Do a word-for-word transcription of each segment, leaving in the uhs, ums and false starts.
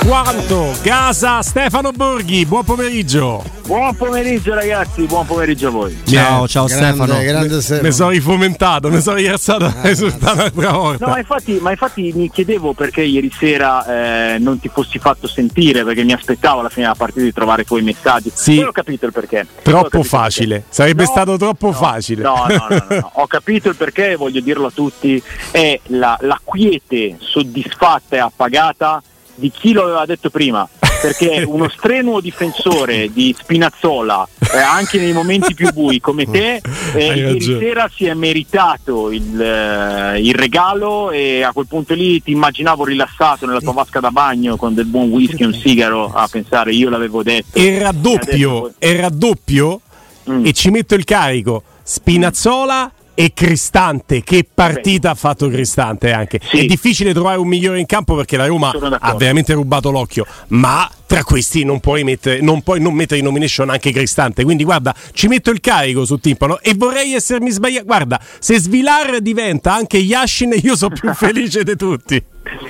quanto Casa Stefano Borghi, buon pomeriggio. Buon pomeriggio ragazzi, buon pomeriggio a voi. Ciao, ciao grande, Stefano. Grande Stefano. Mi sono rifomentato, mi sono rialzato a ah, esultare un'altra volta. No, ma infatti, ma infatti mi chiedevo perché ieri sera eh, non ti fossi fatto sentire, perché mi aspettavo alla fine della partita di trovare tuoi messaggi. Sì. Poi ho capito il perché. Troppo facile, perché. Sarebbe no, stato troppo no, facile. No, no, no, no, no. Ho capito il perché, voglio dirlo a tutti, è la, la quiete soddisfatta e appagata di chi lo aveva detto prima. Perché uno strenuo difensore di Spinazzola, eh, anche nei momenti più bui come te, eh, ieri sera si è meritato il, eh, il regalo, e a quel punto lì ti immaginavo rilassato nella tua vasca da bagno con del buon whisky e un sigaro a pensare io l'avevo detto. E raddoppio, adesso... e raddoppio mm. e ci metto il carico Spinazzola e Cristante. Che partita ha fatto Cristante anche. Sì. È difficile trovare un migliore in campo perché la Roma ha veramente rubato l'occhio, ma tra questi non puoi mettere, non puoi non mettere in nomination anche Cristante, quindi guarda, ci metto il carico su Timpano e vorrei essermi sbagliato. Guarda, se Svilar diventa anche Yashin io sono più felice di tutti.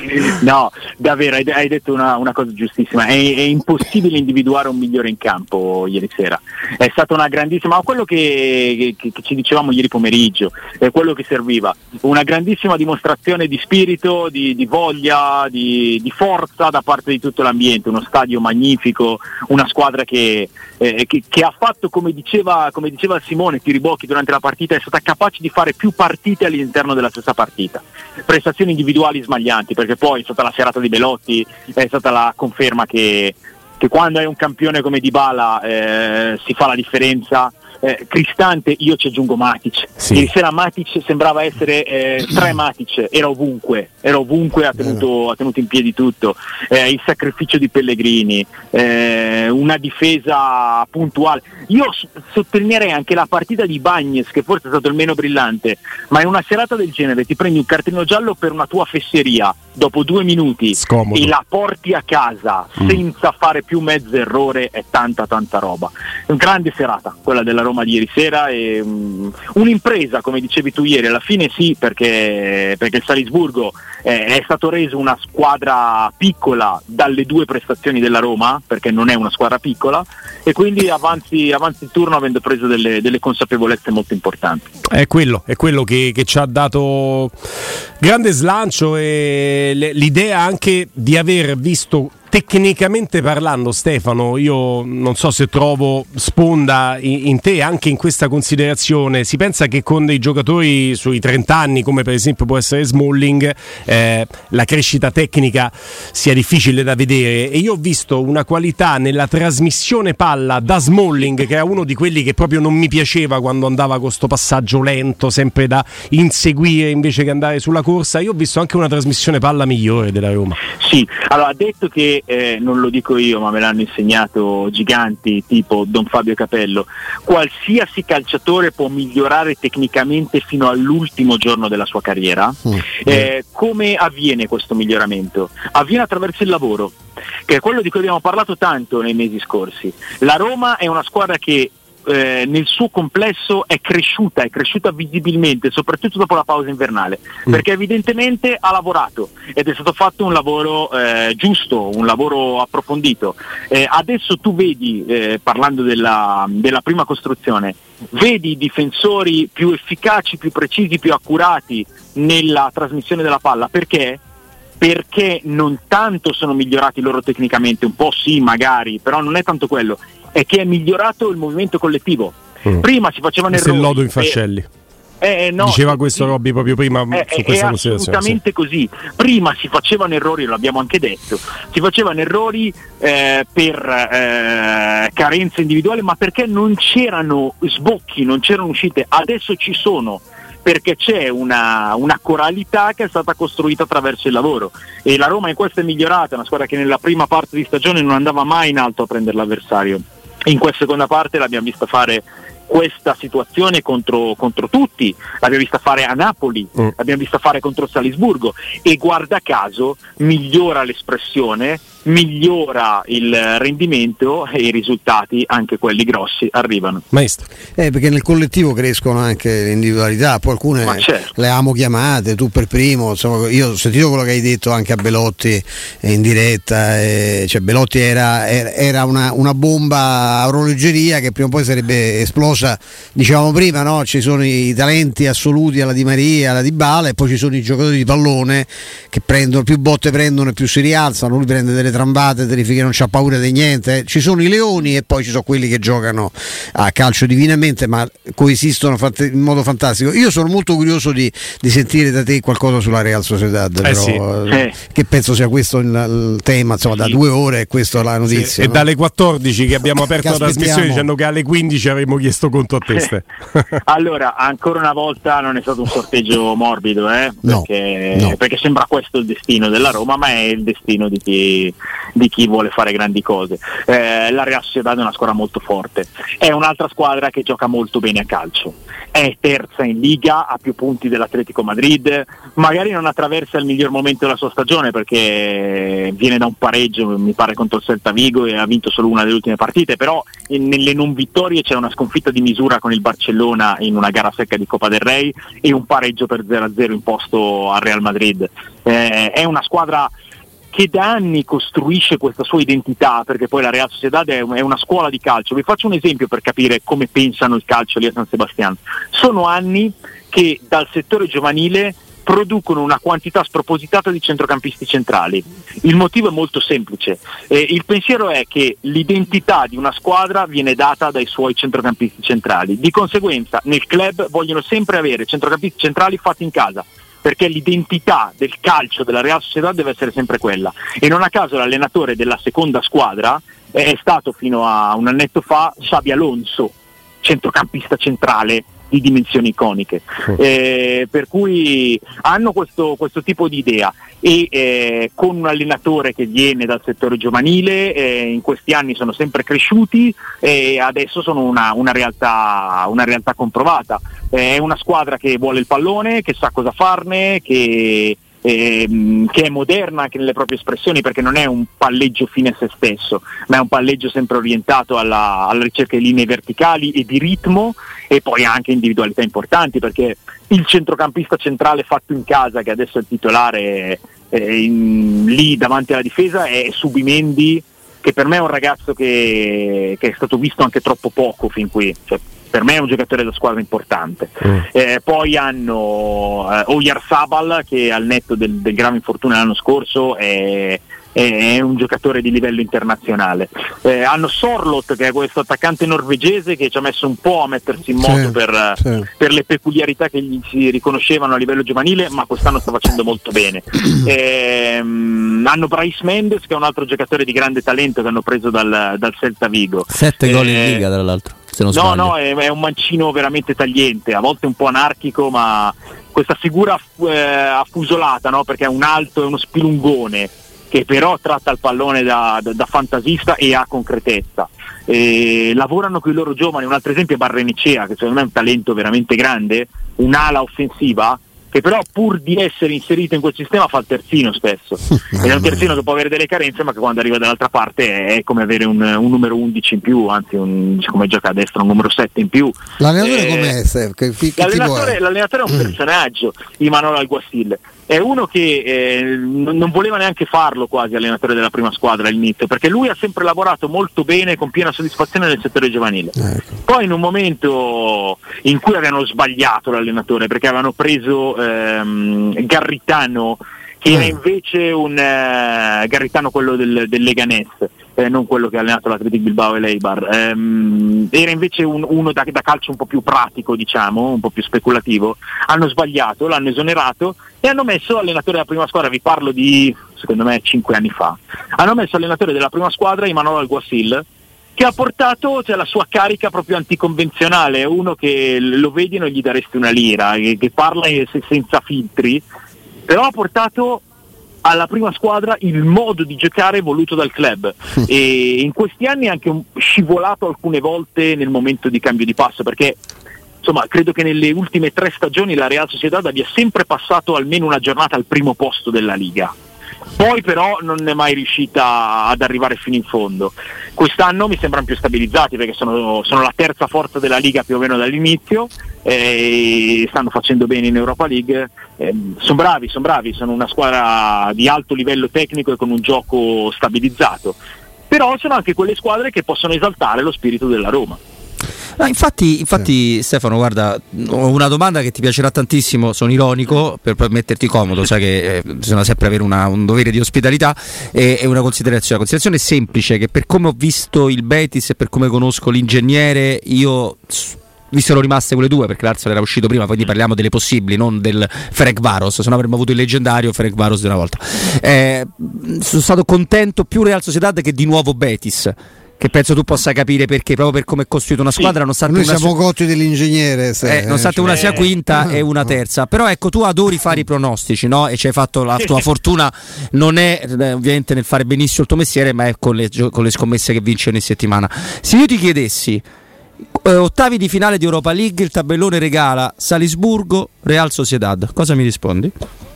No, davvero, hai, hai detto una, una cosa giustissima. È, è impossibile individuare un migliore in campo ieri sera. È stata una grandissima, ma quello che, che, che ci dicevamo ieri pomeriggio è quello che serviva, una grandissima dimostrazione di spirito, di, di voglia, di, di forza da parte di tutto l'ambiente. Uno stadio magnifico, una squadra che, eh, che, che ha fatto, come diceva, come diceva Simone Tiribocchi durante la partita, è stata capace di fare più partite all'interno della stessa partita. Prestazioni individuali smaglianti, perché poi è stata la serata di Belotti, è stata la conferma che, che quando hai un campione come Dybala eh, si fa la differenza. Eh, Cristante, io ci aggiungo Matic. Sì. Ieri sera Matic sembrava essere eh, tre Matic, era ovunque, era ovunque, ha tenuto, ha tenuto in piedi tutto. Eh, il sacrificio di Pellegrini, eh, una difesa puntuale. Io s- sottolineerei anche la partita di Bagnes, che forse è stato il meno brillante, ma in una serata del genere ti prendi un cartellino giallo per una tua fesseria dopo due minuti Scomodo. E la porti a casa mm. senza fare più mezzo errore, è tanta tanta roba. Grande serata quella della Roma di ieri sera, e um, un'impresa, come dicevi tu ieri, alla fine sì, perché, perché il Salisburgo eh, è stato reso una squadra piccola dalle due prestazioni della Roma, perché non è una squadra piccola, e quindi avanzi, avanzi il turno avendo preso delle, delle consapevolezze molto importanti. È quello, è quello che, che ci ha dato grande slancio, e l'idea anche di aver visto, tecnicamente parlando, Stefano, io non so se trovo sponda in, in te anche in questa considerazione. Si pensa che con dei giocatori sui trenta anni, come per esempio può essere Smalling, eh, la crescita tecnica sia difficile da vedere, e io ho visto una qualità nella trasmissione palla da Smalling, che era uno di quelli che proprio non mi piaceva quando andava con sto passaggio lento, sempre da inseguire invece che andare sulla corsa. Io ho visto anche una trasmissione palla migliore della Roma. Sì, allora, ha detto che Eh, non lo dico io, ma me l'hanno insegnato giganti tipo Don Fabio Capello, qualsiasi calciatore può migliorare tecnicamente fino all'ultimo giorno della sua carriera. mm. eh, come avviene questo miglioramento? Avviene attraverso il lavoro, che è quello di cui abbiamo parlato tanto nei mesi scorsi. La Roma è una squadra che Eh, nel suo complesso è cresciuta, è cresciuta visibilmente, soprattutto dopo la pausa invernale, mm. perché evidentemente ha lavorato ed è stato fatto un lavoro eh, giusto, un lavoro approfondito. Eh, adesso tu vedi, eh, parlando della, della prima costruzione, vedi i difensori più efficaci, più precisi, più accurati nella trasmissione della palla. Perché? Perché non tanto sono migliorati loro tecnicamente, un po' sì magari, però non è tanto quello, è che è migliorato il movimento collettivo. mm. Prima si facevano errori. Il lodo in fascelli. Eh, eh, no, Diceva questo sì. Robby proprio prima eh, su questa è considerazione. Assolutamente sì. Così. Prima si facevano errori, lo abbiamo anche detto, si facevano errori eh, per eh, carenza individuale, ma perché non c'erano sbocchi, non c'erano uscite. Adesso ci sono, perché c'è una, una coralità che è stata costruita attraverso il lavoro, e la Roma in questo è migliorata. È una squadra che nella prima parte di stagione non andava mai in alto a prendere l'avversario, in questa seconda parte l'abbiamo vista fare questa situazione contro, contro tutti, l'abbiamo vista fare a Napoli, mm. l'abbiamo vista fare contro Salisburgo, e guarda caso migliora l'espressione migliora il rendimento e i risultati, anche quelli grossi, arrivano. Maestro. Eh, perché nel collettivo crescono anche le individualità, poi alcune certo. le amo chiamate, tu per primo, insomma, io ho sentito quello che hai detto anche a Belotti in diretta, eh, cioè Belotti era, era una, una bomba a orologeria che prima o poi sarebbe esplosa, dicevamo prima, no? Ci sono i talenti assoluti alla Di Maria, alla Dybala, e poi ci sono i giocatori di pallone che prendono, più botte prendono e più si rialzano, lui prende delle trambate, che non c'ha paura di niente, ci sono i leoni e poi ci sono quelli che giocano a calcio divinamente, ma coesistono in modo fantastico. Io sono molto curioso di, di sentire da te qualcosa sulla Real Sociedad, eh però, sì. eh, che penso sia questo il, il tema, insomma, sì. da due ore è questa la notizia, sì. E no? dalle quattordici che abbiamo aperto la trasmissione dicendo che alle quindici avremmo chiesto conto a te. Sì. Allora, ancora una volta non è stato un sorteggio morbido, eh? Perché, no, no. perché sembra questo il destino della Roma, ma è il destino di chi, di chi vuole fare grandi cose. Eh, la Real Sociedad è una squadra molto forte, è un'altra squadra che gioca molto bene a calcio, è terza in Liga, ha più punti dell'Atletico Madrid, magari non attraversa il miglior momento della sua stagione perché viene da un pareggio, mi pare, contro il Celta Vigo, e ha vinto solo una delle ultime partite, però in, nelle non vittorie c'è una sconfitta di misura con il Barcellona in una gara secca di Copa del Rey e un pareggio per zero a zero imposto al Real Madrid. Eh, è una squadra che da anni costruisce questa sua identità, perché poi la Real Sociedad è una scuola di calcio. Vi faccio un esempio per capire come pensano il calcio lì a San Sebastián. Sono anni che dal settore giovanile producono una quantità spropositata di centrocampisti centrali. Il motivo è molto semplice, eh, il pensiero è che l'identità di una squadra viene data dai suoi centrocampisti centrali, di conseguenza nel club vogliono sempre avere centrocampisti centrali fatti in casa, perché l'identità del calcio della Real Sociedad deve essere sempre quella, e non a caso l'allenatore della seconda squadra è stato fino a un annetto fa Xabi Alonso, centrocampista centrale di dimensioni iconiche, eh, per cui hanno questo, questo tipo di idea, e eh, con un allenatore che viene dal settore giovanile, eh, in questi anni sono sempre cresciuti e adesso sono una, una, realtà, una realtà comprovata. Eh, è una squadra che vuole il pallone, che sa cosa farne, che Ehm, che è moderna anche nelle proprie espressioni, perché non è un palleggio fine a se stesso, ma è un palleggio sempre orientato alla, alla ricerca di linee verticali e di ritmo, e poi anche individualità importanti, perché il centrocampista centrale fatto in casa, che adesso è il titolare eh, in, lì davanti alla difesa, è Subimendi, che per me è un ragazzo che, che è stato visto anche troppo poco fin qui, cioè, per me è un giocatore da squadra importante. Mm. Eh, poi hanno eh, Oyarzabal, che al netto del, del grave infortunio l'anno scorso è, è, è un giocatore di livello internazionale. Eh, hanno Sorloth, che è questo attaccante norvegese che ci ha messo un po' a mettersi in moto, sì, per, sì. per le peculiarità che gli si riconoscevano a livello giovanile, ma quest'anno sta facendo molto bene. Eh, hanno Brais Mendes, che è un altro giocatore di grande talento che hanno preso dal, dal Celta Vigo. Sette eh, gol in Liga, tra l'altro. No, sbaglio. no, è, è un mancino veramente tagliente, a volte un po' anarchico, ma questa figura eh, affusolata, no? Perché è un alto, è uno spilungone che però tratta il pallone da, da, da fantasista e ha concretezza. E lavorano con i loro giovani, un altro esempio è Barrenechea, che secondo me è un talento veramente grande, un'ala offensiva, che però pur di essere inserito in quel sistema fa il terzino spesso, ed è un terzino che può avere delle carenze, ma che quando arriva dall'altra parte è come avere un, un numero undici in più, anzi un, come gioca a destra, un numero sette in più. L'allenatore eh, com'è? Che, che l'allenatore, è? l'allenatore è un personaggio, Imanol Alguacil, è uno che eh, non voleva neanche farlo quasi allenatore della prima squadra all'inizio, perché lui ha sempre lavorato molto bene, con piena soddisfazione nel settore giovanile. Ecco. Poi in un momento in cui avevano sbagliato l'allenatore, perché avevano preso ehm, Garritano, che era invece un eh, Garritano, quello del, del Leganés, eh, non quello che ha allenato l'Athletic Bilbao e l'Eibar, ehm, era invece un, uno da, da calcio un po' più pratico, diciamo, un po' più speculativo. Hanno sbagliato, l'hanno esonerato e hanno messo allenatore della prima squadra, vi parlo di secondo me cinque anni fa, hanno messo allenatore della prima squadra Imanol Alguacil, che ha portato, cioè, la sua carica proprio anticonvenzionale, è uno che lo vedi e non gli daresti una lira, che, che parla senza filtri, però ha portato alla prima squadra il modo di giocare voluto dal club, e in questi anni è anche un scivolato alcune volte nel momento di cambio di passo, perché insomma credo che nelle ultime tre stagioni la Real Sociedad abbia sempre passato almeno una giornata al primo posto della Liga, poi però non è mai riuscita ad arrivare fino in fondo. Quest'anno mi sembrano più stabilizzati perché sono, sono la terza forza della Liga più o meno dall'inizio, e stanno facendo bene in Europa League, eh, sono bravi, sono bravi, sono una squadra di alto livello tecnico e con un gioco stabilizzato, però sono anche quelle squadre che possono esaltare lo spirito della Roma. No, infatti, infatti sì. Stefano, guarda, ho una domanda che ti piacerà tantissimo, sono ironico per, per metterti comodo, sai che eh, bisogna sempre avere una, un dovere di ospitalità, e, e una considerazione, una considerazione semplice, che per come ho visto il Betis e per come conosco l'ingegnere, io, visto ero rimaste quelle due, perché l'Arsenal era uscito prima, quindi parliamo delle possibili, non del Ferencváros, se no avremmo avuto il leggendario Ferencváros di una volta. Eh, sono stato contento più Real Sociedad che di nuovo Betis, che penso tu possa capire perché, proprio per come è costruita una squadra, sì. nonostante noi una siamo sia... cotti dell'ingegnere, eh, nonostante cioè... una sia quinta e una terza, però ecco, tu adori fare i pronostici, no? E ci hai fatto la tua fortuna, non è eh, ovviamente nel fare benissimo il tuo mestiere, ma è con le, con le scommesse che vinci ogni settimana. Se io ti chiedessi eh, ottavi di finale di Europa League, il tabellone regala Salisburgo, Real Sociedad, cosa mi rispondi?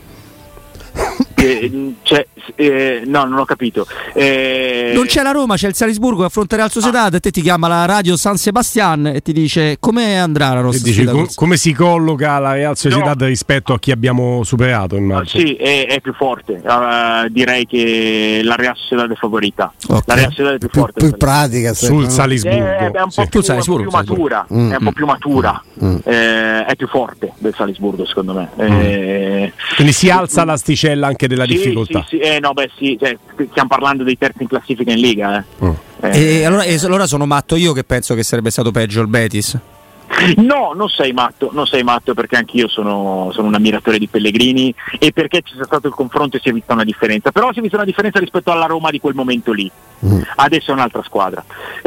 Eh, cioè, eh, no, non ho capito. Eh... Non c'è la Roma, c'è il Salisburgo che affronta Real Sociedad, ah. e te ti chiama la radio San Sebastian e ti dice come andrà la nostra dici, com- come si colloca la Real Sociedad no. rispetto a chi abbiamo superato, immagino. Sì, è, è più forte. Uh, direi che la Real Sociedad è favorita. Okay. La Real Sociedad è più, più forte. Più pratica sul Salisburgo. È, è un po' sì. più, Salisburgo, più matura. Mm. È un po' più matura. Mm. Eh, è più forte del Salisburgo, secondo me. Mm. Eh, Quindi si alza l'asticella anche della sì, difficoltà. Sì, sì, eh, no, beh, sì, cioè, stiamo parlando dei terzi in classifica in Liga. Eh. Mm. Eh. E, allora, e allora sono matto io che penso che sarebbe stato peggio il Betis? No, non sei matto, non sei matto perché anch'io sono, sono un ammiratore di Pellegrini e perché ci sia stato il confronto e si è vista una differenza, però si è vista una differenza rispetto alla Roma di quel momento lì. Mm. Adesso è un'altra squadra.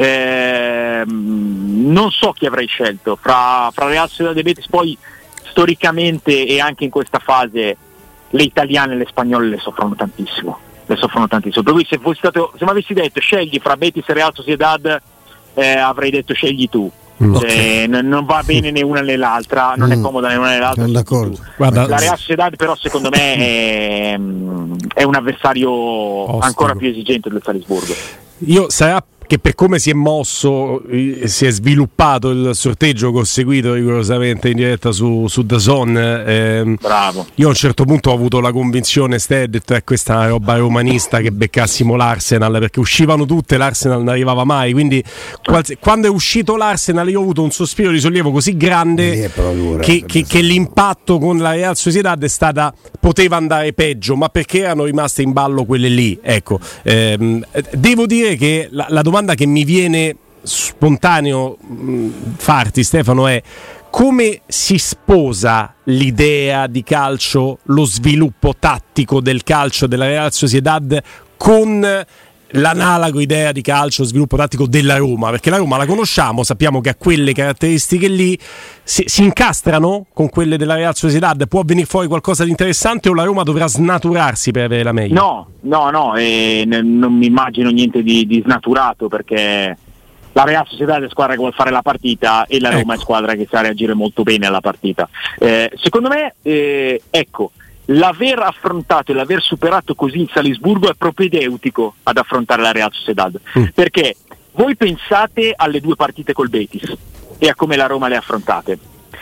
Eh, non so chi avrei scelto fra, fra Real Sociedad e Betis, poi storicamente e anche in questa fase le italiane e le spagnole le soffrono tantissimo, le soffrono tantissimo. Per cui se fossi stato, se mi avessi detto scegli fra Betis e Real Sociedad, eh, avrei detto scegli tu. Okay. Eh, n- non va bene né una né l'altra, non mm. è comoda né una né l'altra. D'accordo. Guarda, la Real Sociedad però secondo me è, è un avversario Ostico. ancora più esigente del Salisburgo. Io sarà che per come si è mosso, si è sviluppato il sorteggio che ho seguito rigorosamente in diretta su, su D A Z N. Ehm, Bravo. Io a un certo punto ho avuto la convinzione, Ste, ho detto, eh, questa è una roba romanista, che beccassimo l'Arsenal, perché uscivano tutte, l'Arsenal non arrivava mai, quindi quals- quando è uscito l'Arsenal io ho avuto un sospiro di sollievo così grande dura, che, che, che l'impatto con la Real Sociedad è stata, poteva andare peggio, ma perché erano rimaste in ballo quelle lì, ecco. Ehm, devo dire che la, la domanda che mi viene spontaneo mh, farti, Stefano, è: come si sposa l'idea di calcio, lo sviluppo tattico del calcio della Real Sociedad con l'analogo idea di calcio, sviluppo tattico della Roma? Perché la Roma la conosciamo, sappiamo che ha quelle caratteristiche lì, si, si incastrano con quelle della Real Sociedad? Può venire fuori qualcosa di interessante o la Roma dovrà snaturarsi per avere la meglio? No, no, no, eh, n- non mi immagino niente di, di snaturato, perché la Real Sociedad è squadra che vuole fare la partita e la Roma ecco. è squadra che sa reagire molto bene alla partita. Eh, secondo me, eh, ecco, l'aver affrontato e l'aver superato così il Salisburgo è propedeutico ad affrontare la Real Sociedad, mm. perché voi pensate alle due partite col Betis e a come la Roma le ha affrontate,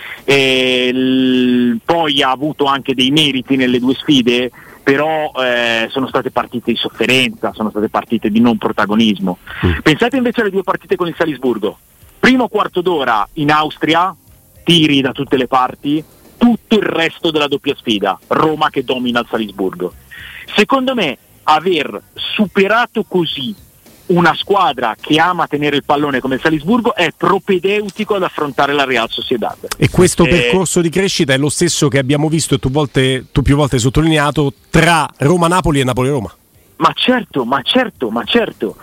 e l- poi ha avuto anche dei meriti nelle due sfide, però eh, sono state partite di sofferenza, sono state partite di non protagonismo. Mm. Pensate invece alle due partite con il Salisburgo: primo quarto d'ora in Austria, tiri da tutte le parti, tutto il resto della doppia sfida, Roma che domina il Salisburgo. Secondo me aver superato così una squadra che ama tenere il pallone come il Salisburgo è propedeutico ad affrontare la Real Sociedad. E questo eh, percorso di crescita è lo stesso che abbiamo visto e tu, volte, tu più volte hai sottolineato tra Roma-Napoli e Napoli-Roma. Ma certo, ma certo, ma certo,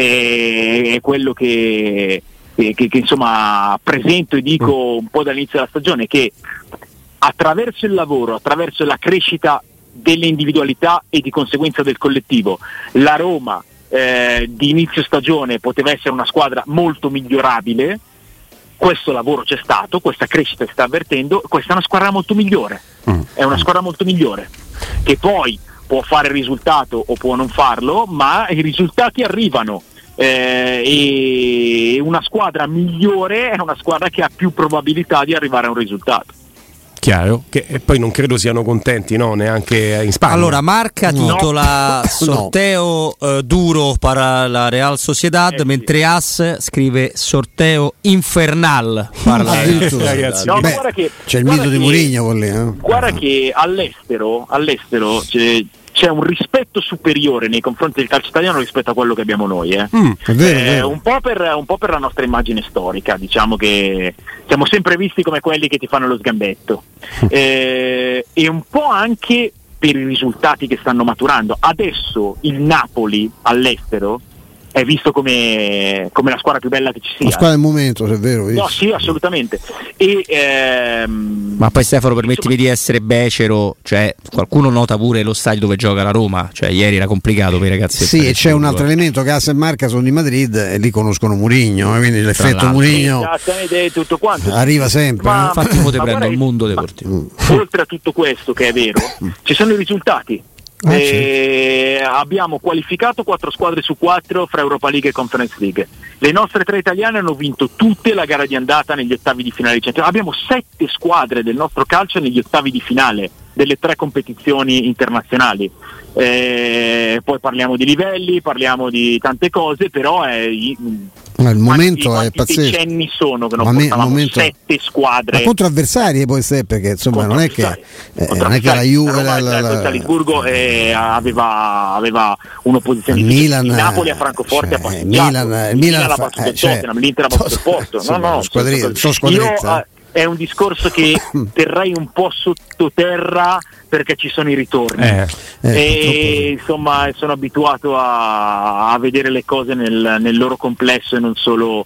è, è quello che, che, che, che insomma presento e dico mm. un po' dall'inizio della stagione, che attraverso il lavoro, attraverso la crescita delle individualità e di conseguenza del collettivo, la Roma eh, di inizio stagione poteva essere una squadra molto migliorabile. Questo lavoro c'è stato, questa crescita si sta avvertendo, questa è una squadra molto migliore, mm. è una squadra molto migliore, che poi può fare il risultato o può non farlo, ma i risultati arrivano. Eh, e una squadra migliore è una squadra che ha più probabilità di arrivare a un risultato. Chiaro, che e poi non credo siano contenti, no? Neanche in Spagna. Allora, Marca no. titola sorteo no. eh, duro per la Real Sociedad, eh, mentre As scrive sorteo infernal. Parla eh, ragazzi. No, Beh, che, c'è il mito di Mourinho con lì. Eh? Guarda che all'estero, all'estero c'è, c'è un rispetto superiore nei confronti del calcio italiano rispetto a quello che abbiamo noi. Eh. Mm, è vero, eh, è vero. Un po' per, un po' per la nostra immagine storica, diciamo che siamo sempre visti come quelli che ti fanno lo sgambetto, eh, e un po' anche per i risultati che stanno maturando. Adesso il Napoli all'estero è visto come, come la squadra più bella che ci sia. La squadra del momento, se è vero. No, sì, assolutamente. E, ehm, Ma poi Stefano, permettimi insomma, di essere becero, cioè qualcuno nota pure lo stadio dove gioca la Roma, cioè ieri era complicato per i ragazzi. Sì, e c'è un altro elemento, che As e Marca sono di Madrid e lì conoscono Mourinho, quindi l'effetto Mourinho tutto quanto arriva sempre. Ma, infatti mo te prendo il mondo deportivo. Oltre a tutto questo, che è vero, ci sono i risultati. Ah, eh, abbiamo qualificato quattro squadre su quattro fra Europa League e Conference League. Le nostre tre italiane hanno vinto tutte la gara di andata negli ottavi di finale di Champions. Abbiamo sette squadre del nostro calcio negli ottavi di finale delle tre competizioni internazionali. Eh, poi parliamo di livelli, parliamo di tante cose, però è ma il momento quanti, è pazzesco. Quanti decenni sono che non ma me, portavamo momento... sette squadre, ma contro avversari poi se, perché insomma non è che eh, non è che la Juve la, la, la, la Salisburgo eh, aveva, aveva un'opposizione il Milan, il Napoli a Francoforte, cioè, a Milan, il, il Milan ha battuto eh, il Tottenham, cioè, l'Inter ha battuto il Porto. No, no, squadri- sono squadrezza. Io, è un discorso che terrei un po' sottoterra perché ci sono i ritorni, eh, eh, e insomma sono abituato a, a vedere le cose nel, nel loro complesso e non solo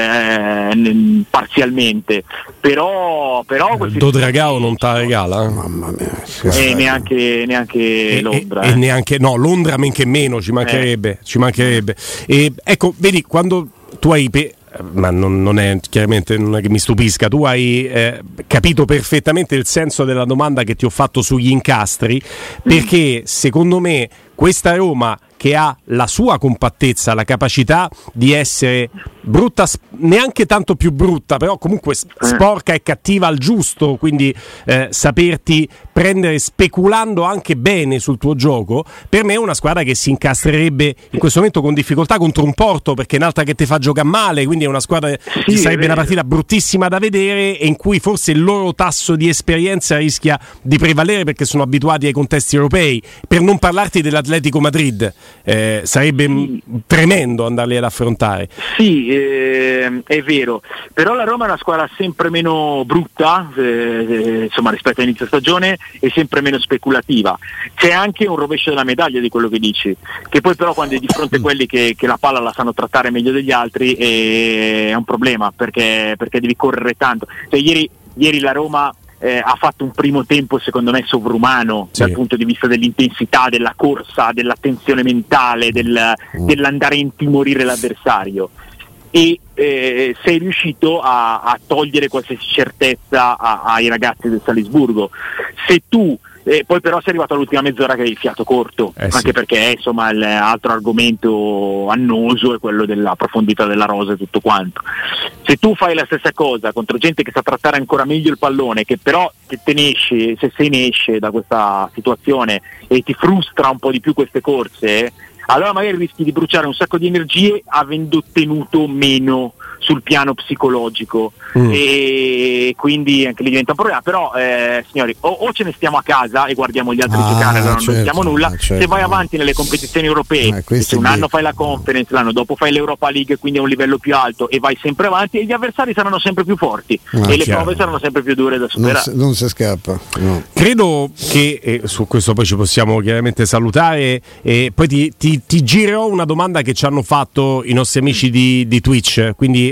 eh, nel, parzialmente, però, però Do Dragao non te la regala, eh? Mamma mia, e neanche, neanche e, Londra e, eh. e neanche no Londra men che meno, ci mancherebbe eh. ci mancherebbe e ecco, vedi, quando tu hai pe- ma non, non è chiaramente non è che mi stupisca, tu hai eh, capito perfettamente il senso della domanda che ti ho fatto sugli incastri, perché secondo me questa Roma, che ha la sua compattezza, la capacità di essere brutta, neanche tanto più brutta, però comunque sporca e cattiva al giusto, quindi eh, saperti prendere speculando anche bene sul tuo gioco, per me è una squadra che si incastrerebbe in questo momento con difficoltà contro un Porto, perché è un'altra che ti fa giocare male, quindi è una squadra che sì, sarebbe una partita bruttissima da vedere e in cui forse il loro tasso di esperienza rischia di prevalere perché sono abituati ai contesti europei, per non parlarti dell'Atletico Madrid. Eh, sarebbe sì. tremendo andarli ad affrontare. Sì, eh, è vero, però la Roma è una squadra sempre meno brutta, eh, insomma, rispetto all'inizio stagione, e sempre meno speculativa. C'è anche un rovescio della medaglia di quello che dici, che poi però quando è di fronte a quelli che, che la palla la sanno trattare meglio degli altri è, è un problema, perché, perché devi correre tanto. Cioè, ieri, ieri la Roma Eh, ha fatto un primo tempo secondo me sovrumano, sì, dal punto di vista dell'intensità, della corsa, della tensione mentale, del, mm. dell'andare a intimorire l'avversario, e eh, sei riuscito a, a togliere qualsiasi certezza a, ai ragazzi del Salisburgo. Se tu Eh, poi però sei arrivato all'ultima mezz'ora che hai il fiato corto, eh anche sì. perché insomma l'altro argomento annoso è quello della profondità della rosa e tutto quanto. Se tu fai la stessa cosa contro gente che sa trattare ancora meglio il pallone, che però che te ne esce, se se ne esce da questa situazione e ti frustra un po' di più queste corse, allora magari rischi di bruciare un sacco di energie avendo ottenuto meno sul piano psicologico, mm. e quindi anche lì diventa un problema. Però eh, signori, o, o ce ne stiamo a casa e guardiamo gli altri ah, giocare, allora certo, non diciamo nulla, certo. Se vai avanti nelle competizioni europee, eh, se un anno fai la Conference, l'anno dopo fai l'Europa League, quindi a un livello più alto, e vai sempre avanti, e gli avversari saranno sempre più forti, ah, e le chiaro. prove saranno sempre più dure da superare. Non, non si scappa, no. Credo che eh, su questo poi ci possiamo chiaramente salutare, e poi ti, ti, ti girerò una domanda che ci hanno fatto i nostri amici di, di Twitch, quindi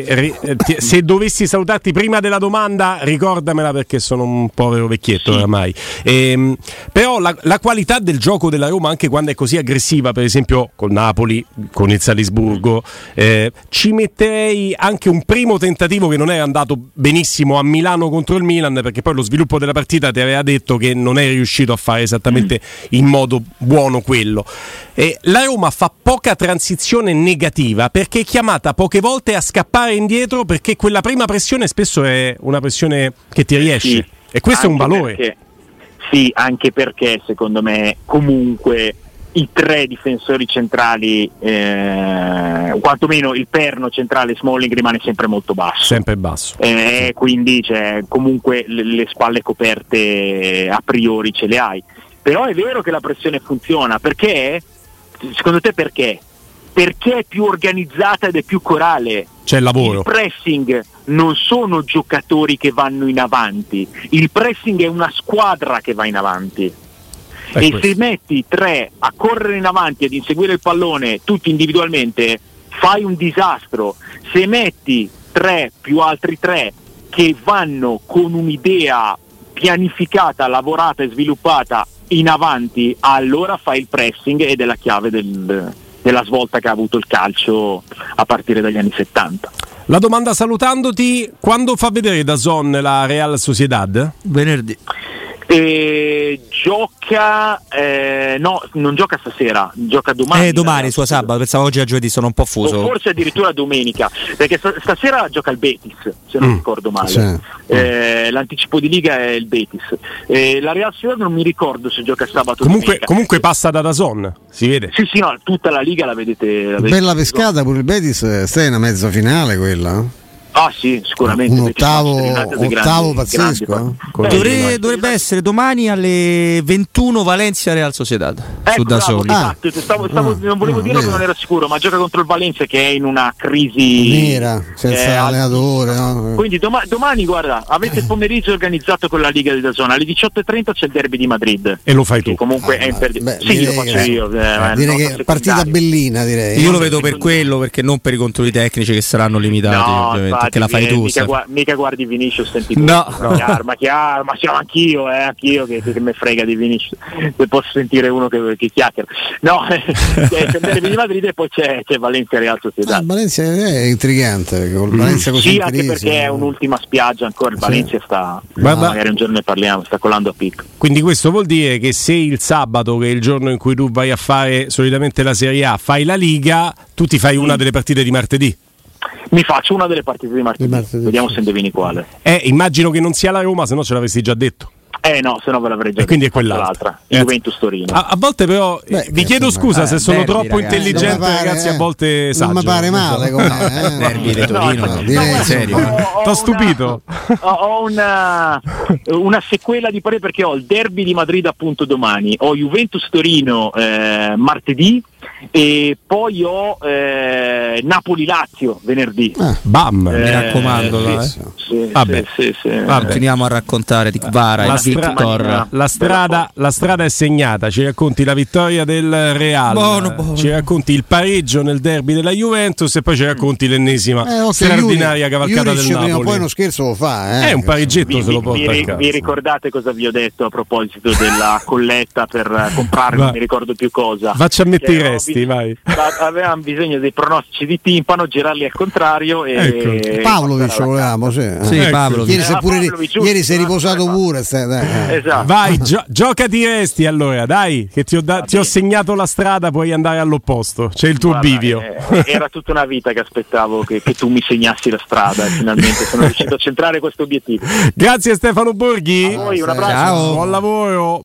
ri, ti, se dovessi salutarti prima della domanda, ricordamela perché sono un povero vecchietto oramai. Ehm, però la, la qualità del gioco della Roma, anche quando è così aggressiva, per esempio col Napoli, con il Salisburgo, eh, ci metterei anche un primo tentativo che non è andato benissimo a Milano contro il Milan, perché poi lo sviluppo della partita ti aveva detto che non è riuscito a fare esattamente mm. in modo buono quello. E la Roma fa poca transizione negativa perché è chiamata poche volte a scappare indietro, perché quella prima pressione spesso è una pressione che ti riesce, sì, e questo è un valore. Perché, sì, anche perché secondo me comunque i tre difensori centrali, eh, quantomeno il perno centrale Smalling rimane sempre molto basso, sempre basso, eh, sì. Quindi cioè, comunque le, le spalle coperte a priori ce le hai. Però è vero che la pressione funziona, perché secondo te perché? Perché è più organizzata ed è più corale. C'è il lavoro. Il pressing non sono giocatori che vanno in avanti, il pressing è una squadra che va in avanti. È e questo. Se metti tre a correre in avanti ad inseguire il pallone tutti individualmente, fai un disastro. Se metti tre più altri tre che vanno con un'idea pianificata, lavorata e sviluppata in avanti, allora fai il pressing, ed è la chiave del, della svolta che ha avuto il calcio a partire dagli anni settanta. La domanda salutandoti: quando fa vedere D A Z N la Real Sociedad? Venerdì. E gioca eh, no, non gioca stasera, gioca domani. Eh, domani, sua sabato, pensavo oggi a giovedì, sono un po' fuso. O forse addirittura domenica, perché st- stasera gioca il Betis, se non mm. ricordo male. Sì. Eh, l'anticipo di Liga è il Betis. Eh, la Real Sociedad non mi ricordo se gioca sabato. Comunque, comunque passa da D A Z N, si vede. Sì, sì, no, tutta la Liga la vedete. La vedete Bella pescata pure il Betis, stai una mezza finale quella. Ah sì, sicuramente un ottavo, ottavo grandi, pazzesco grandi, eh? Dovrebbe, dovrebbe essere domani alle ventuno Valencia Real Sociedad, ecco, su D A Z N. Ah, stavo, stavo, non volevo ah, dirlo, che non ero sicuro, ma gioca contro il Valencia che è in una crisi nera, senza eh, allenatore, no? Quindi doma- domani guarda, avete il pomeriggio organizzato con la Liga di D A Z N, alle diciotto e trenta c'è il derby di Madrid e lo fai tu, comunque ah, è imperdibile. Sì, direi, lo faccio io, eh, direi che è partita bellina, direi. Io lo vedo per quello, perché non per i controlli tecnici che saranno limitati, no, ovviamente, infatti, che la fai tu. Mica, gu- mica guardi Vinicius, senti no, no. Chiaro, ma chiaro, ma siamo anch'io, eh, anch'io che, che me frega di Vinicius, se posso sentire uno che, che chiacchiera. No, c'è il derby di Madrid e poi c'è, c'è Valencia Real Sociedad. Ah, Valencia è intrigante, con Valencia così sì, in anche crisi, perché è un'ultima spiaggia ancora, il sì. Valencia sta, ma, no, magari un giorno ne parliamo, sta colando a picco. Quindi questo vuol dire che se il sabato, che è il giorno in cui tu vai a fare solitamente la Serie A, fai la Liga, tu ti fai una delle partite di martedì? Mi faccio una delle partite di martedì, di martedì vediamo sì. se indovini quale. Eh, immagino che non sia la Roma, se no ce l'avresti già detto. Eh no, se no ve l'avrei già e quindi detto. È quell'altra. Il Juventus Torino. A, a volte però Beh, vi chiedo insomma, scusa eh, se sono derby, troppo ragazzi. Intelligente, pare, ragazzi, a volte saggio. Non mi pare male come eh. derby di Torino, no, no, direi no, serio. T'ho stupito. Ho, ho una, una sequela di parere, perché ho il derby di Madrid appunto domani, ho Juventus Torino eh, martedì e poi ho eh, Napoli-Lazio venerdì. Ah, bam, eh, mi raccomando, sì, eh. sì, vabbè. Sì, sì, sì. Vabbè. Continuiamo a raccontare di Kvara la, e stra- Victor. la strada la strada è segnata, ci racconti la vittoria del Real, buono, buono. Ci racconti il pareggio nel derby della Juventus e poi ci racconti l'ennesima eh, okay, straordinaria Iuri, cavalcata Iuri, del Napoli. Prima poi uno scherzo lo fa, eh. È un pareggetto, vi, se lo vi, porta vi, a casa. Vi ricordate cosa vi ho detto a proposito della colletta per comprare, non mi ricordo più cosa. Faccia a mettere i resti, bis- vai. Avevamo bisogno dei pronostici di timpano, girarli al contrario e ecco. Pavlovic volevamo, sì. Sì, ecco. Pavlovic. Ieri, pure, ieri sei riposato pure, stai, dai. Esatto. Vai, gio- giocati i resti allora, dai, che ti ho, da- ti ho segnato la strada, puoi andare all'opposto, c'è il tuo Guarda, bivio. Eh, era tutta una vita che aspettavo che, che tu mi segnassi la strada e finalmente sono riuscito a centrare questo obiettivo. Grazie Stefano Borghi. A voi, un abbraccio. Ciao. Buon lavoro.